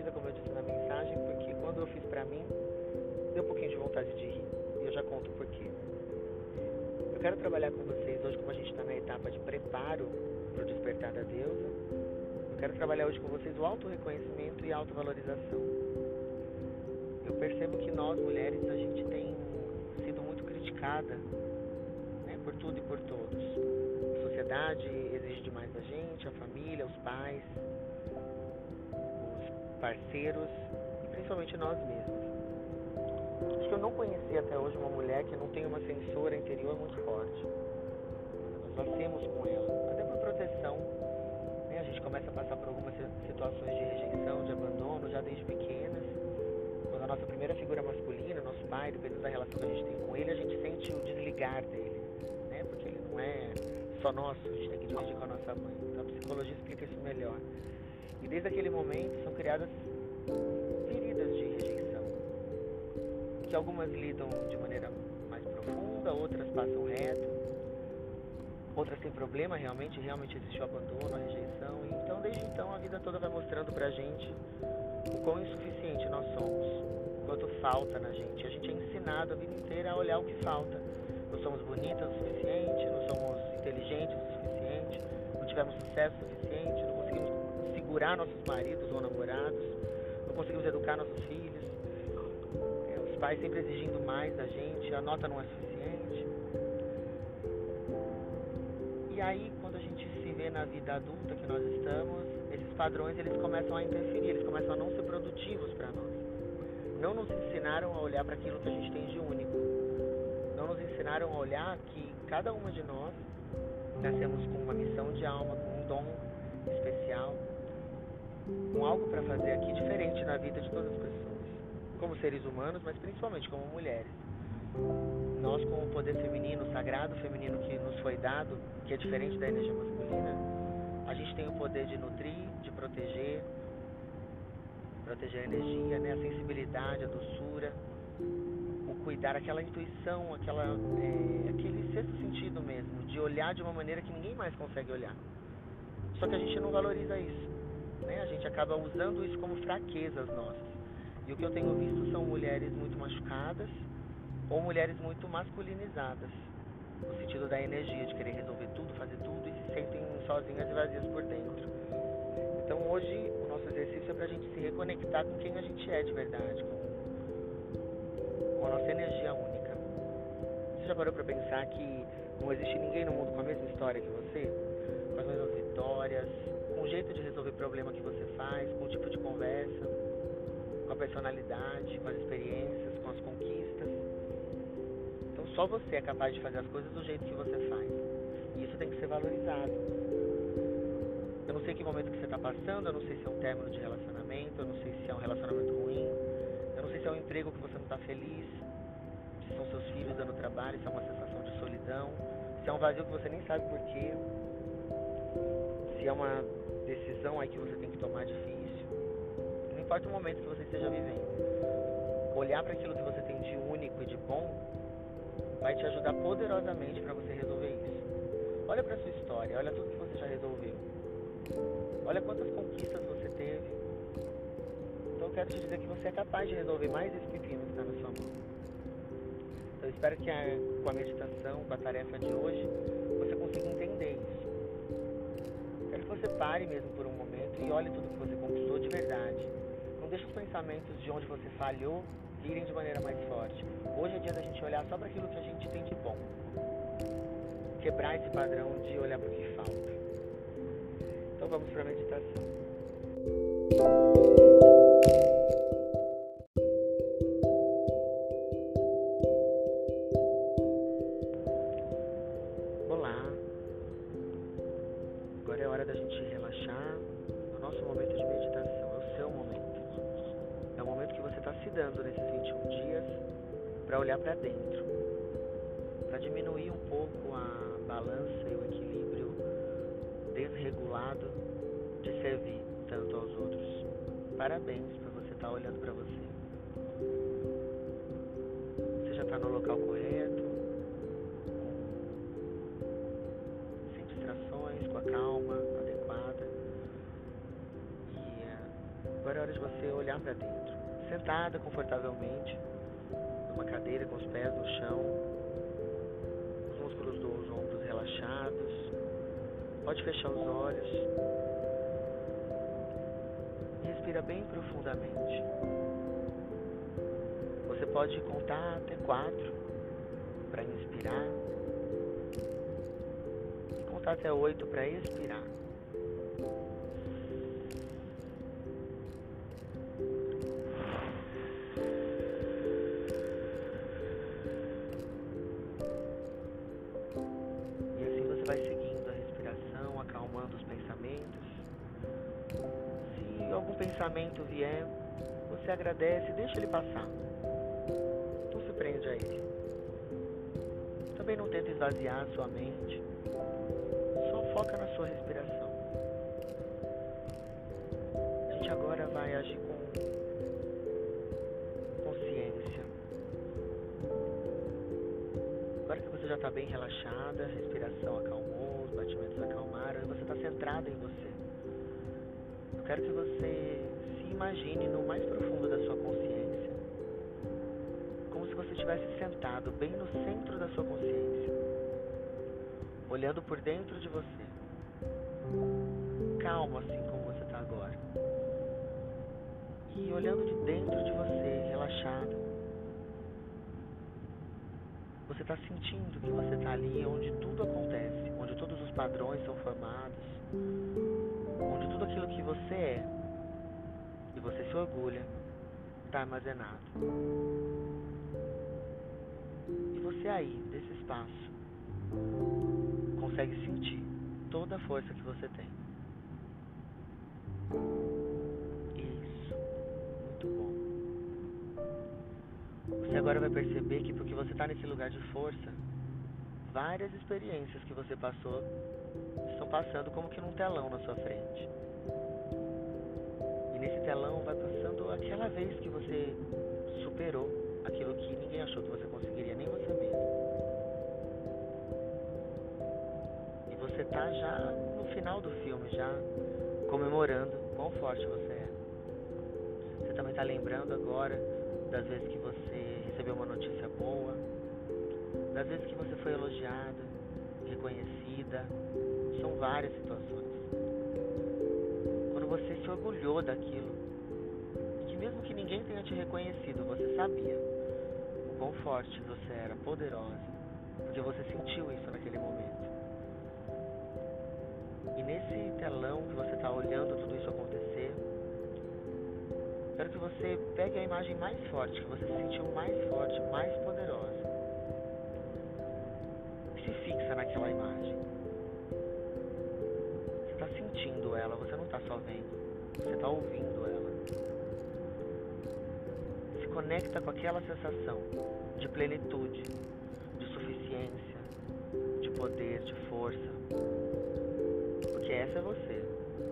sentida, como eu disse na mensagem, porque quando eu fiz pra mim, deu um pouquinho de vontade de rir. E eu já conto o porquê. Eu quero trabalhar com vocês hoje, como a gente está na etapa de preparo para o despertar da deusa. Eu quero trabalhar hoje com vocês o autorreconhecimento e a autovalorização. Eu percebo que nós, mulheres, a gente tem sido muito criticada, né, por tudo e por todos. A sociedade exige demais da gente, a família, os pais, os parceiros e principalmente nós mesmos. Acho que eu não conheci até hoje uma mulher que não tem uma censura interior muito forte. Nós nascemos com ela, até por proteção, né? A gente começa a passar por algumas situações de rejeição, de abandono, já desde pequenas. Quando a nossa primeira figura masculina, nosso pai, dependendo da relação que a gente tem com ele, a gente sente o desligar dele, né? Porque ele não é só nosso, a gente tem que dividir com a nossa mãe. Então a psicologia explica isso melhor. E desde aquele momento são criadas feridas de rejeição, que algumas lidam de maneira mais profunda, outras passam reto, outras têm problema, realmente existe o abandono, a rejeição. E então, desde então, a vida toda vai mostrando pra gente o quão insuficiente nós somos, o quanto falta na gente. A gente é ensinado a vida inteira a olhar o que falta. Não somos bonitas o suficiente, não somos inteligentes o suficiente, não tivemos sucesso o suficiente, não conseguimos segurar nossos maridos ou namorados, não conseguimos educar nossos filhos. Os pais sempre exigindo mais da gente, a nota não é suficiente. E aí, quando a gente se vê na vida adulta que nós estamos, esses padrões eles começam a interferir, eles começam a não ser produtivos para nós. Não nos ensinaram a olhar para aquilo que a gente tem de único. Não nos ensinaram a olhar que cada uma de nós nascemos com uma missão de alma, com um dom especial, com algo para fazer aqui diferente na vida de todas as pessoas. Como seres humanos, mas principalmente como mulheres. Nós, com o poder feminino, o sagrado feminino que nos foi dado, que é diferente da energia masculina, a gente tem o poder de nutrir, de proteger a energia, né? A sensibilidade, a doçura, o cuidar, aquela intuição, aquele sexto sentido mesmo, de olhar de uma maneira que ninguém mais consegue olhar. Só que a gente não valoriza isso, né? A gente acaba usando isso como fraquezas nossas. E o que eu tenho visto são mulheres muito machucadas ou mulheres muito masculinizadas, no sentido da energia, de querer resolver tudo, fazer tudo e se sentem sozinhas e vazias por dentro. Então hoje o nosso exercício é pra gente se reconectar com quem a gente é de verdade, com a nossa energia única. Você já parou pra pensar que não existe ninguém no mundo com a mesma história que você? Com as mesmas vitórias, com o jeito de resolver problema que você faz, com o tipo de conversa, com a personalidade, com as experiências, com as conquistas. Então só você é capaz de fazer as coisas do jeito que você faz. E isso tem que ser valorizado. Eu não sei que momento que você está passando, eu não sei se é um término de relacionamento, eu não sei se é um relacionamento ruim, eu não sei se é um emprego que você não está feliz, se são seus filhos dando trabalho, se é uma sensação de solidão, se é um vazio que você nem sabe porquê, se é uma decisão aí que você tem que tomar difícil. Não importa o momento que você esteja vivendo. Olhar para aquilo que você tem de único e de bom vai te ajudar poderosamente para você resolver isso. Olha para sua história, olha tudo que você já resolveu. Olha quantas conquistas você teve. Então eu quero te dizer que você é capaz de resolver mais esse pepino que está na sua mão. Então eu espero que com a meditação, com a tarefa de hoje, você consiga entender isso. Quero que você pare mesmo por um momento e olhe tudo que você conquistou de verdade. Não deixe os pensamentos de onde você falhou virem de maneira mais forte. Hoje é dia da gente olhar só para aquilo que a gente tem de bom. Quebrar esse padrão de olhar para o que falta. Então vamos para a meditação. Olá. Agora é hora da gente relaxar no nosso momento de meditação. É o seu momento. É o momento que você está se dando nesses 21 dias para olhar para dentro. Para diminuir um pouco a balança e o equilíbrio desregulado de servir tanto aos outros. Parabéns por você estar olhando para você. Você já está no local correto, sem distrações, com a calma adequada. E Agora é hora de você olhar para dentro. Sentada confortavelmente, numa cadeira com os pés no chão, os músculos dos ombros relaxados. Pode fechar os olhos. E respira bem profundamente. Você pode contar até 4 para inspirar e contar até 8 para expirar. E assim você vai seguindo a respiração, acalmando os pensamentos. Se algum pensamento vier, você agradece e deixa ele passar. Não se prende a ele. Também não tenta esvaziar a sua mente. Só foca na sua respiração. A gente agora vai agir com consciência. Agora que você já está bem relaxada, a respiração acalmou, os batimentos acalmaram e você está centrado em você. Eu quero que você se imagine no mais profundo da sua consciência, como se você estivesse sentado bem no centro da sua consciência, olhando por dentro de você, calmo assim como você está agora, e olhando de dentro de você, relaxado. Você está sentindo que você está ali onde tudo acontece, onde todos os padrões são formados, onde tudo aquilo que você é e você se orgulha está armazenado. E você aí, desse espaço, consegue sentir toda a força que você tem. Isso, muito bom. Você agora vai perceber que porque você está nesse lugar de força, várias experiências que você passou estão passando como que num telão na sua frente. E nesse telão vai passando aquela vez que você superou aquilo que ninguém achou que você conseguiria, nem você mesmo. E você tá já no final do filme, já comemorando quão forte você é. Você também tá lembrando agora das vezes que você recebeu uma notícia boa, das vezes que você foi elogiada, reconhecida. São várias situações. Quando você se orgulhou daquilo, e que mesmo que ninguém tenha te reconhecido, você sabia o quão forte você era, poderosa, porque você sentiu isso naquele momento. E nesse telão que você está olhando tudo isso acontecer, quero que você pegue a imagem mais forte, que você se sentiu mais forte, mais poderosa, e se fixa naquela imagem. Você está sentindo ela, você não está só vendo, você está ouvindo ela. Se conecta com aquela sensação de plenitude, de suficiência, de poder, de força, porque essa é você.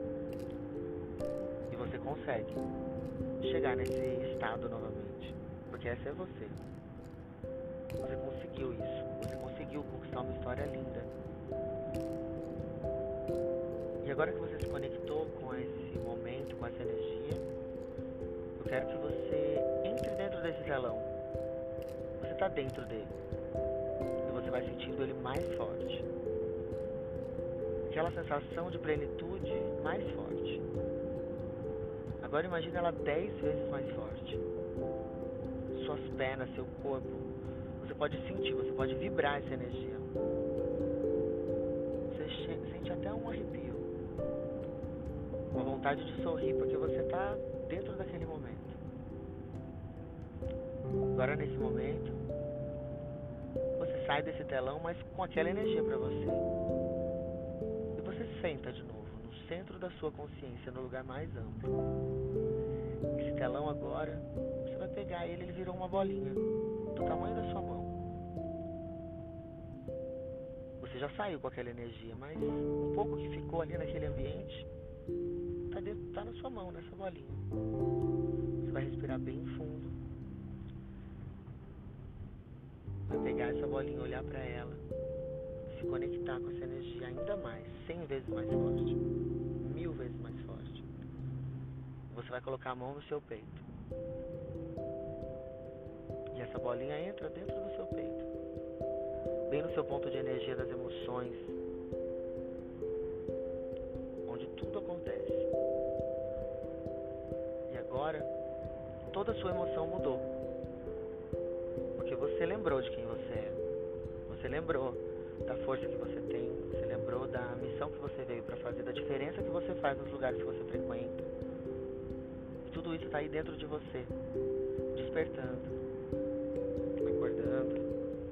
E você consegue chegar nesse estado novamente, porque essa é você. Você conseguiu isso. Você conseguiu conquistar uma história linda. E agora que você se conectou com esse momento, com essa energia, eu quero que você entre dentro desse telão. Você está dentro dele. E você vai sentindo ele mais forte. Aquela sensação de plenitude mais forte. Agora imagine ela 10 vezes mais forte. Suas pernas, seu corpo. Você pode sentir, você pode vibrar essa energia. Você sente até um arrepio. Uma vontade de sorrir, porque você está dentro daquele momento. Agora nesse momento, você sai desse telão, mas com aquela energia para você. E você senta de novo, no centro da sua consciência, no lugar mais amplo. Esse telão agora, você vai pegar ele, ele virou uma bolinha, do tamanho da sua mão. Você já saiu com aquela energia, mas um pouco que ficou ali naquele ambiente, tá na sua mão, nessa bolinha. Você vai respirar bem fundo. Vai pegar essa bolinha, olhar para ela, se conectar com essa energia ainda mais, 100 vezes mais forte, 1000 vezes mais forte. Você vai colocar a mão no seu peito. E essa bolinha entra dentro do seu peito, bem no seu ponto de energia das emoções, onde tudo acontece. E agora, toda a sua emoção mudou. Porque você lembrou de quem você é. Você lembrou da força que você tem. Você lembrou da missão que você veio para fazer, da diferença que você faz nos lugares que você frequenta. E tudo isso está aí dentro de você, despertando, acordando.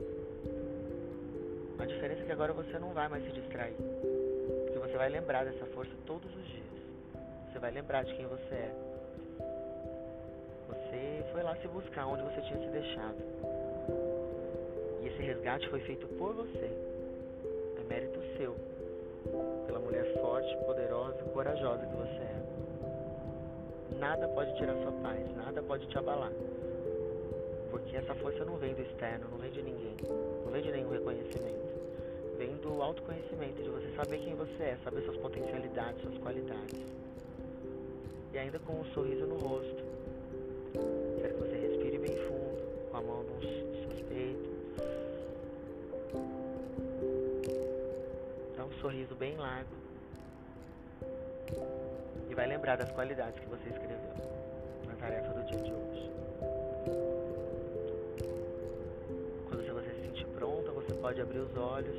A diferença é que agora você não vai mais se distrair, porque você vai lembrar dessa força todos os dias. Você vai lembrar de quem você é. Você foi lá se buscar onde você tinha se deixado. E esse resgate foi feito por você. É mérito seu, pela mulher forte, poderosa, corajosa que você é. Nada pode tirar sua paz, nada pode te abalar. Porque essa força não vem do externo, não vem de ninguém, não vem de nenhum reconhecimento. Vem do autoconhecimento, de você saber quem você é, saber suas potencialidades, suas qualidades. E ainda com um sorriso no rosto. Quero que você respire bem fundo, com a mão nos seus peitos. Dá um sorriso bem largo. E vai lembrar das qualidades que você escreveu na tarefa do dia de hoje. Quando você se sentir pronta, você pode abrir os olhos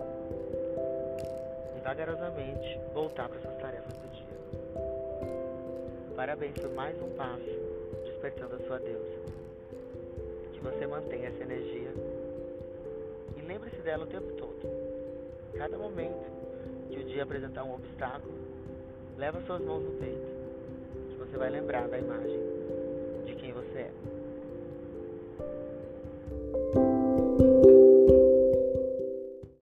e vagarosamente voltar para suas tarefas do dia. Parabéns por mais um passo despertando a sua deusa. Que você mantenha essa energia e lembre-se dela o tempo todo. Cada momento que o dia apresentar um obstáculo, leva suas mãos no peito, que você vai lembrar da imagem de quem você é.